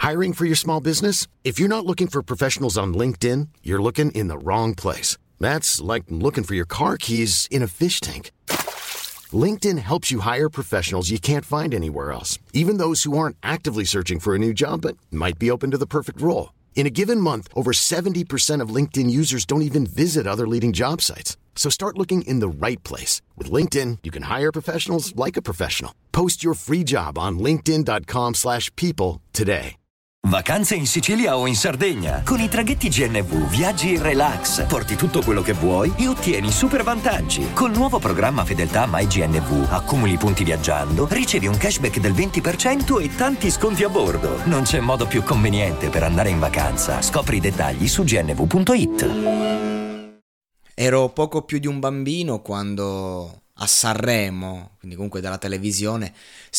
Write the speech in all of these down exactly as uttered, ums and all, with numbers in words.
Hiring for your small business? If you're not looking for professionals on LinkedIn, you're looking in the wrong place. That's like looking for your car keys in a fish tank. LinkedIn helps you hire professionals you can't find anywhere else, even those who aren't actively searching for a new job but might be open to the perfect role. In a given month, over seventy percent of LinkedIn users don't even visit other leading job sites. So start looking in the right place. With LinkedIn, you can hire professionals like a professional. Post your free job on linkedin.com slash people today. Vacanze in Sicilia o in Sardegna. Con i traghetti G N V viaggi in relax, porti tutto quello che vuoi e ottieni super vantaggi. Col nuovo programma Fedeltà MyGNV accumuli punti viaggiando, ricevi un cashback del venti per cento e tanti sconti a bordo. Non c'è modo più conveniente per andare in vacanza. Scopri i dettagli su g n v punto i t. Ero poco più di un bambino quando a Sanremo, quindi comunque dalla televisione,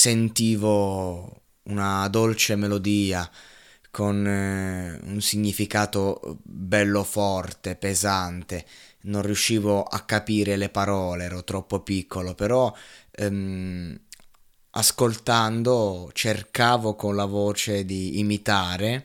sentivo una dolce melodia con eh, un significato bello forte, pesante. Non riuscivo a capire le parole, ero troppo piccolo, però ehm, ascoltando cercavo con la voce di imitare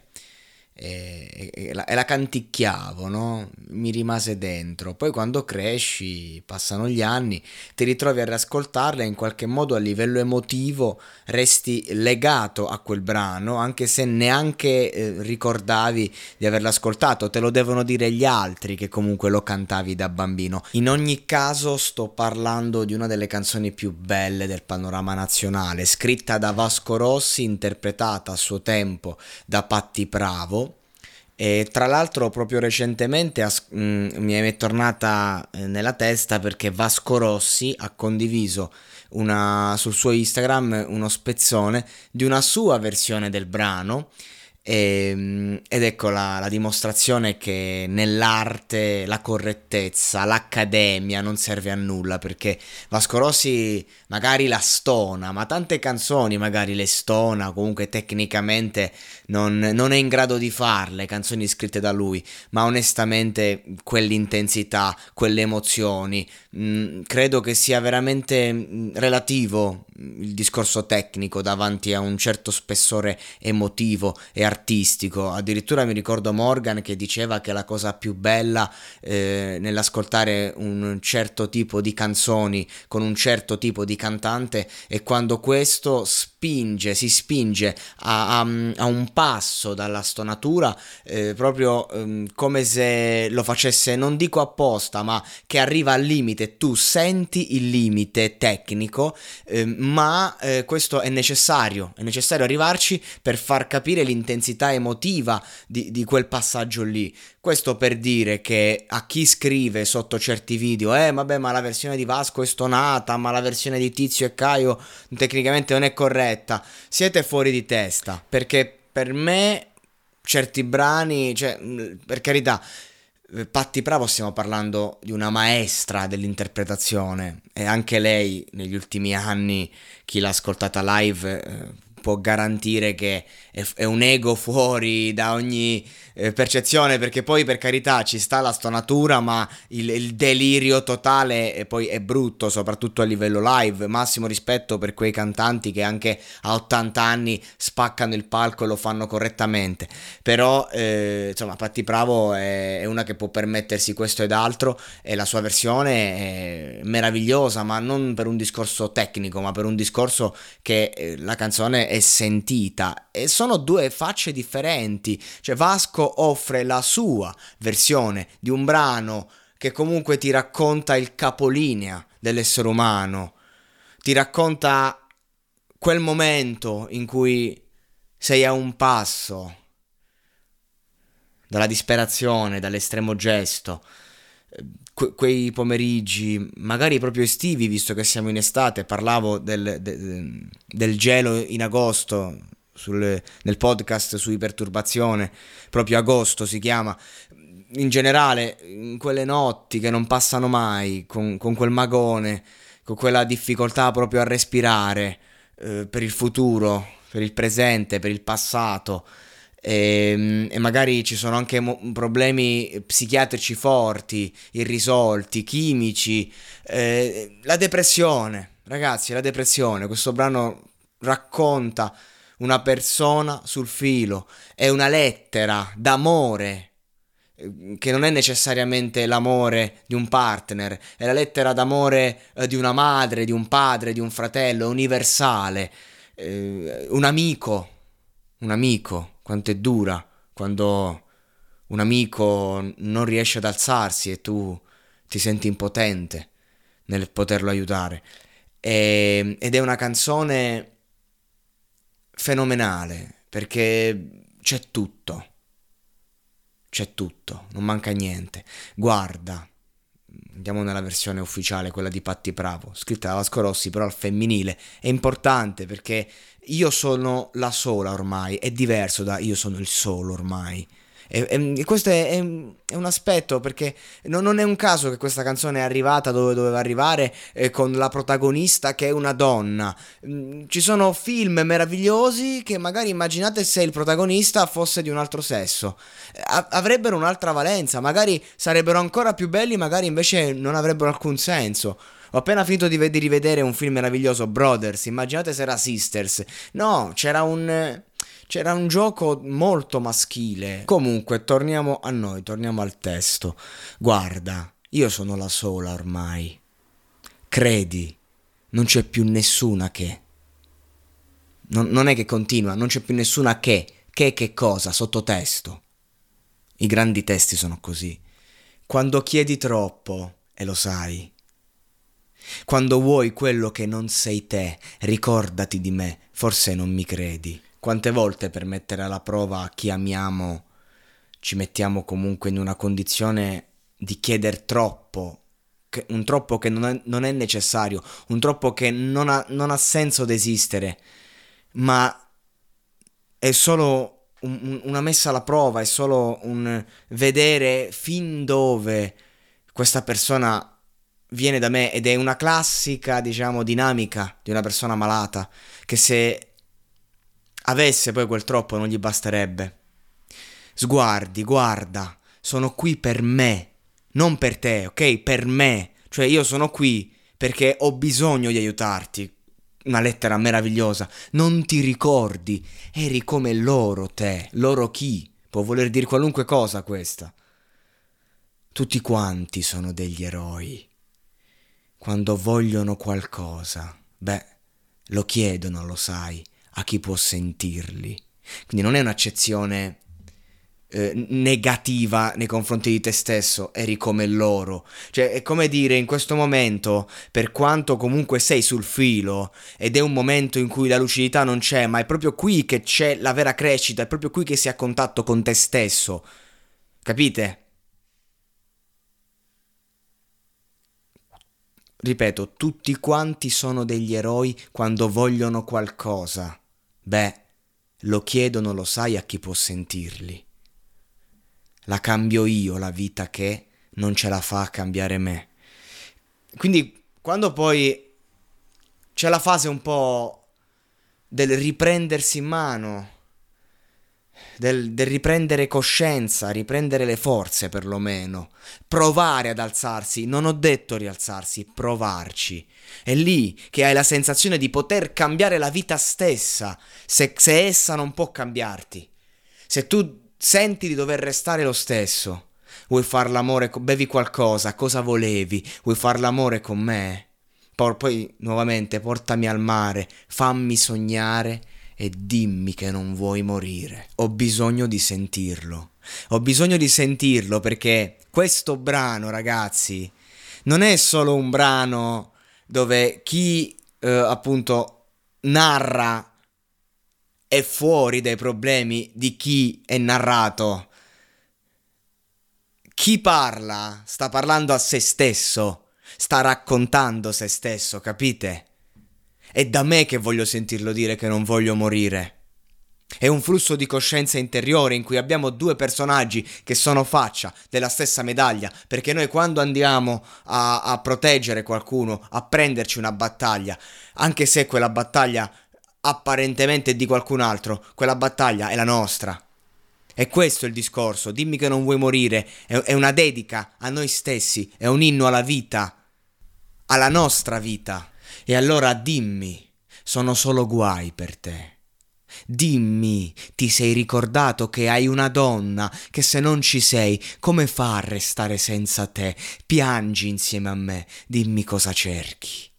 e, e, la, e la canticchiavo, no? Mi rimase dentro. Poi quando cresci, passano gli anni, ti ritrovi a riascoltarla e in qualche modo a livello emotivo resti legato a quel brano, anche se neanche eh, ricordavi di averlo ascoltato, te lo devono dire gli altri che comunque lo cantavi da bambino. In ogni caso sto parlando di una delle canzoni più belle del panorama nazionale, scritta da Vasco Rossi, interpretata a suo tempo da Patti Pravo. E tra l'altro proprio recentemente as- mh, mi è tornata eh, nella testa perché Vasco Rossi ha condiviso una, sul suo Instagram uno spezzone di una sua versione del brano e, ed ecco la, la dimostrazione che nell'arte la correttezza, l'accademia non serve a nulla, perché Vasco Rossi magari la stona, ma tante canzoni magari le stona, comunque tecnicamente non, non è in grado di farle, canzoni scritte da lui, ma onestamente quell'intensità, quelle emozioni, mh, credo che sia veramente mh, relativo il discorso tecnico davanti a un certo spessore emotivo e artistico. Addirittura mi ricordo Morgan che diceva che la cosa più bella eh, nell'ascoltare un certo tipo di canzoni con un certo tipo di cantante è quando questo spinge, si spinge a, a, a un passo dalla stonatura, eh, proprio eh, come se lo facesse, non dico apposta, ma che arriva al limite, tu senti il limite tecnico, eh, ma eh, questo è necessario, è necessario arrivarci per far capire l'intensità emotiva di, di quel passaggio lì. Questo per dire che a chi scrive sotto certi video eh vabbè ma la versione di Vasco è stonata, ma la versione di Tizio e Caio tecnicamente non è corretta, siete fuori di testa, perché per me certi brani, cioè per carità, Patti Pravo stiamo parlando di una maestra dell'interpretazione e anche lei negli ultimi anni, chi l'ha ascoltata live eh, può garantire che è, è un ego fuori da ogni eh, percezione, perché poi per carità ci sta la stonatura, ma il, il delirio totale e poi è brutto, soprattutto a livello live. Massimo rispetto per quei cantanti che anche a ottanta anni spaccano il palco e lo fanno correttamente, però eh, insomma Patti Pravo è, è una che può permettersi questo ed altro e la sua versione è meravigliosa, ma non per un discorso tecnico, ma per un discorso che eh, la canzone è sentita e sono due facce differenti. Cioè Vasco offre la sua versione di un brano che comunque ti racconta il capolinea dell'essere umano, ti racconta quel momento in cui sei a un passo dalla disperazione, dall'estremo gesto, que- quei pomeriggi magari proprio estivi, visto che siamo in estate. Parlavo del, de- del gelo in agosto sul, nel podcast su iperturbazione, proprio agosto si chiama. In generale, in quelle notti che non passano mai, con, con quel magone, con quella difficoltà proprio a respirare eh, per il futuro, per il presente, per il passato. E, e magari ci sono anche mo- problemi psichiatrici forti, irrisolti, chimici, eh, la depressione, ragazzi, la depressione. Questo brano racconta una persona sul filo, è una lettera d'amore, che non è necessariamente l'amore di un partner, è la lettera d'amore eh, di una madre, di un padre, di un fratello, è universale, eh, un amico, un amico, quanto è dura quando un amico non riesce ad alzarsi e tu ti senti impotente nel poterlo aiutare. E, ed è una canzone fenomenale perché c'è tutto. C'è tutto, non manca niente. Guarda, andiamo nella versione ufficiale, quella di Patti Bravo, scritta da Vasco Rossi, però al femminile. È importante perché io sono la sola ormai, è diverso da io sono il solo ormai. E, e questo è, è, è un aspetto, perché non, non è un caso che questa canzone è arrivata dove doveva arrivare, eh, con la protagonista che è una donna. Mm, ci sono film meravigliosi che magari immaginate se il protagonista fosse di un altro sesso. A- avrebbero un'altra valenza, magari sarebbero ancora più belli, magari invece non avrebbero alcun senso. Ho appena finito di, ve- di rivedere un film meraviglioso, Brothers, immaginate se era Sisters. No, c'era un... C'era un gioco molto maschile. Comunque, torniamo a noi, torniamo al testo. Guarda, io sono la sola ormai. Credi, non c'è più nessuna che. Non, non è che continua, non c'è più nessuna che. Che che cosa? Sottotesto. I grandi testi sono così. Quando chiedi troppo, e lo sai. Quando vuoi quello che non sei te, ricordati di me, forse non mi credi. Quante volte per mettere alla prova chi amiamo ci mettiamo comunque in una condizione di chieder troppo, che, un troppo che non è, non è necessario, un troppo che non ha, non ha senso d'esistere, ma è solo un, un, una messa alla prova, è solo un vedere fin dove questa persona viene da me, ed è una classica, diciamo, dinamica di una persona malata, che se avesse poi quel troppo non gli basterebbe. Sguardi, guarda, sono qui per me, non per te, ok? Per me. Cioè io sono qui perché ho bisogno di aiutarti. Una lettera meravigliosa. Non ti ricordi? Eri come loro, te. Loro chi? Può voler dire qualunque cosa questa. Tutti quanti sono degli eroi. Quando vogliono qualcosa, beh, lo chiedono, lo sai, a chi può sentirli. Quindi non è un'accezione eh, negativa nei confronti di te stesso, eri come loro. Cioè è come dire, in questo momento, per quanto comunque sei sul filo ed è un momento in cui la lucidità non c'è, ma è proprio qui che c'è la vera crescita, è proprio qui che sei a contatto con te stesso. Capite? Ripeto, tutti quanti sono degli eroi quando vogliono qualcosa. Beh, lo chiedono, lo sai, a chi può sentirli. La cambio io la vita che non ce la fa a cambiare me. Quindi quando poi c'è la fase un po' del riprendersi in mano, del, del riprendere coscienza, riprendere le forze perlomeno, provare ad alzarsi, non ho detto rialzarsi, provarci. È lì che hai la sensazione di poter cambiare la vita stessa, se, se essa non può cambiarti. Se tu senti di dover restare lo stesso, vuoi far l'amore, bevi qualcosa, cosa volevi, vuoi far l'amore con me? Poi, poi nuovamente portami al mare, fammi sognare e dimmi che non vuoi morire. Ho bisogno di sentirlo. Ho bisogno di sentirlo perché questo brano, ragazzi, non è solo un brano dove chi eh, appunto narra è fuori dai problemi di chi è narrato. Chi parla sta parlando a se stesso, sta raccontando se stesso, capite? È da me che voglio sentirlo dire che non voglio morire. È un flusso di coscienza interiore in cui abbiamo due personaggi che sono faccia della stessa medaglia, perché noi quando andiamo a, a proteggere qualcuno, a prenderci una battaglia, anche se quella battaglia apparentemente è di qualcun altro, quella battaglia è la nostra. E questo è il discorso, dimmi che non vuoi morire, è, è una dedica a noi stessi, è un inno alla vita, alla nostra vita. E allora dimmi, sono solo guai per te. Dimmi, ti sei ricordato che hai una donna, che se non ci sei, come fa a restare senza te? Piangi insieme a me, dimmi cosa cerchi.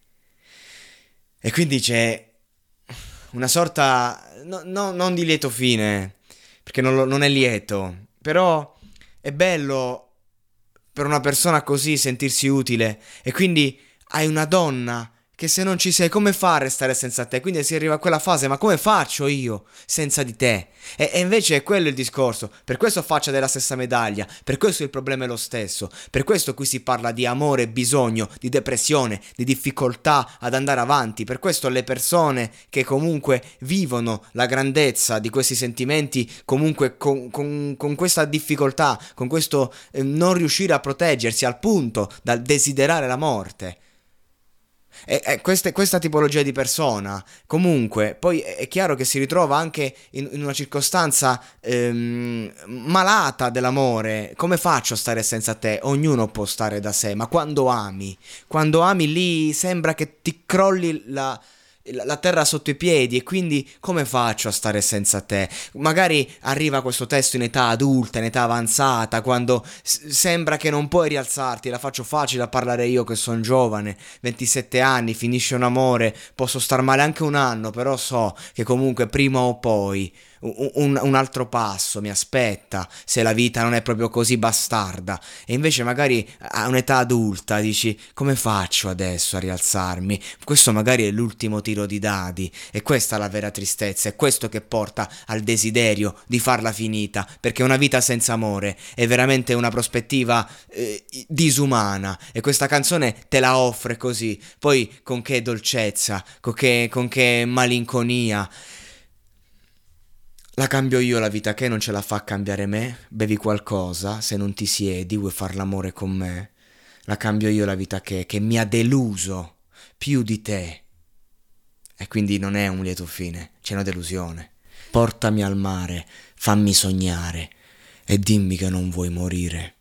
E quindi c'è una sorta, no, no, non di lieto fine, perché non, lo- non è lieto, però è bello per una persona così sentirsi utile, e quindi hai una donna che se non ci sei come fa a restare senza te? Quindi si arriva a quella fase, ma come faccio io senza di te? E, e invece è quello il discorso, per questo faccia della stessa medaglia, per questo il problema è lo stesso, per questo qui si parla di amore, bisogno, di depressione, di difficoltà ad andare avanti, per questo le persone che comunque vivono la grandezza di questi sentimenti, comunque con, con, con questa difficoltà, con questo eh, non riuscire a proteggersi al punto dal desiderare la morte. E, e queste- questa tipologia di persona, comunque, poi è è chiaro che si ritrova anche in, in una circostanza ehm, malata dell'amore. Come faccio a stare senza te? Ognuno può stare da sé, ma quando ami, quando ami lì sembra che ti crolli la, la- la terra sotto i piedi, e quindi come faccio a stare senza te? Magari arriva questo testo in età adulta, in età avanzata, quando s- sembra che non puoi rialzarti. La faccio facile a parlare io che sono giovane, ventisette anni, finisce un amore, posso star male anche un anno, però so che comunque prima o poi un, un- un altro passo mi aspetta, se la vita non è proprio così bastarda. E invece magari a un'età adulta dici: come faccio adesso a rialzarmi? Questo magari è l'ultimo tiro di dadi, e questa è la vera tristezza, è questo che porta al desiderio di farla finita, perché una vita senza amore è veramente una prospettiva eh, disumana, e questa canzone te la offre così, poi con che dolcezza, con che, con che malinconia. La cambio io la vita che non ce la fa cambiare me? Bevi qualcosa, se non ti siedi, vuoi far l'amore con me? La cambio io la vita che, che mi ha deluso più di te. E quindi non è un lieto fine, c'è una delusione. Portami al mare, fammi sognare e dimmi che non vuoi morire.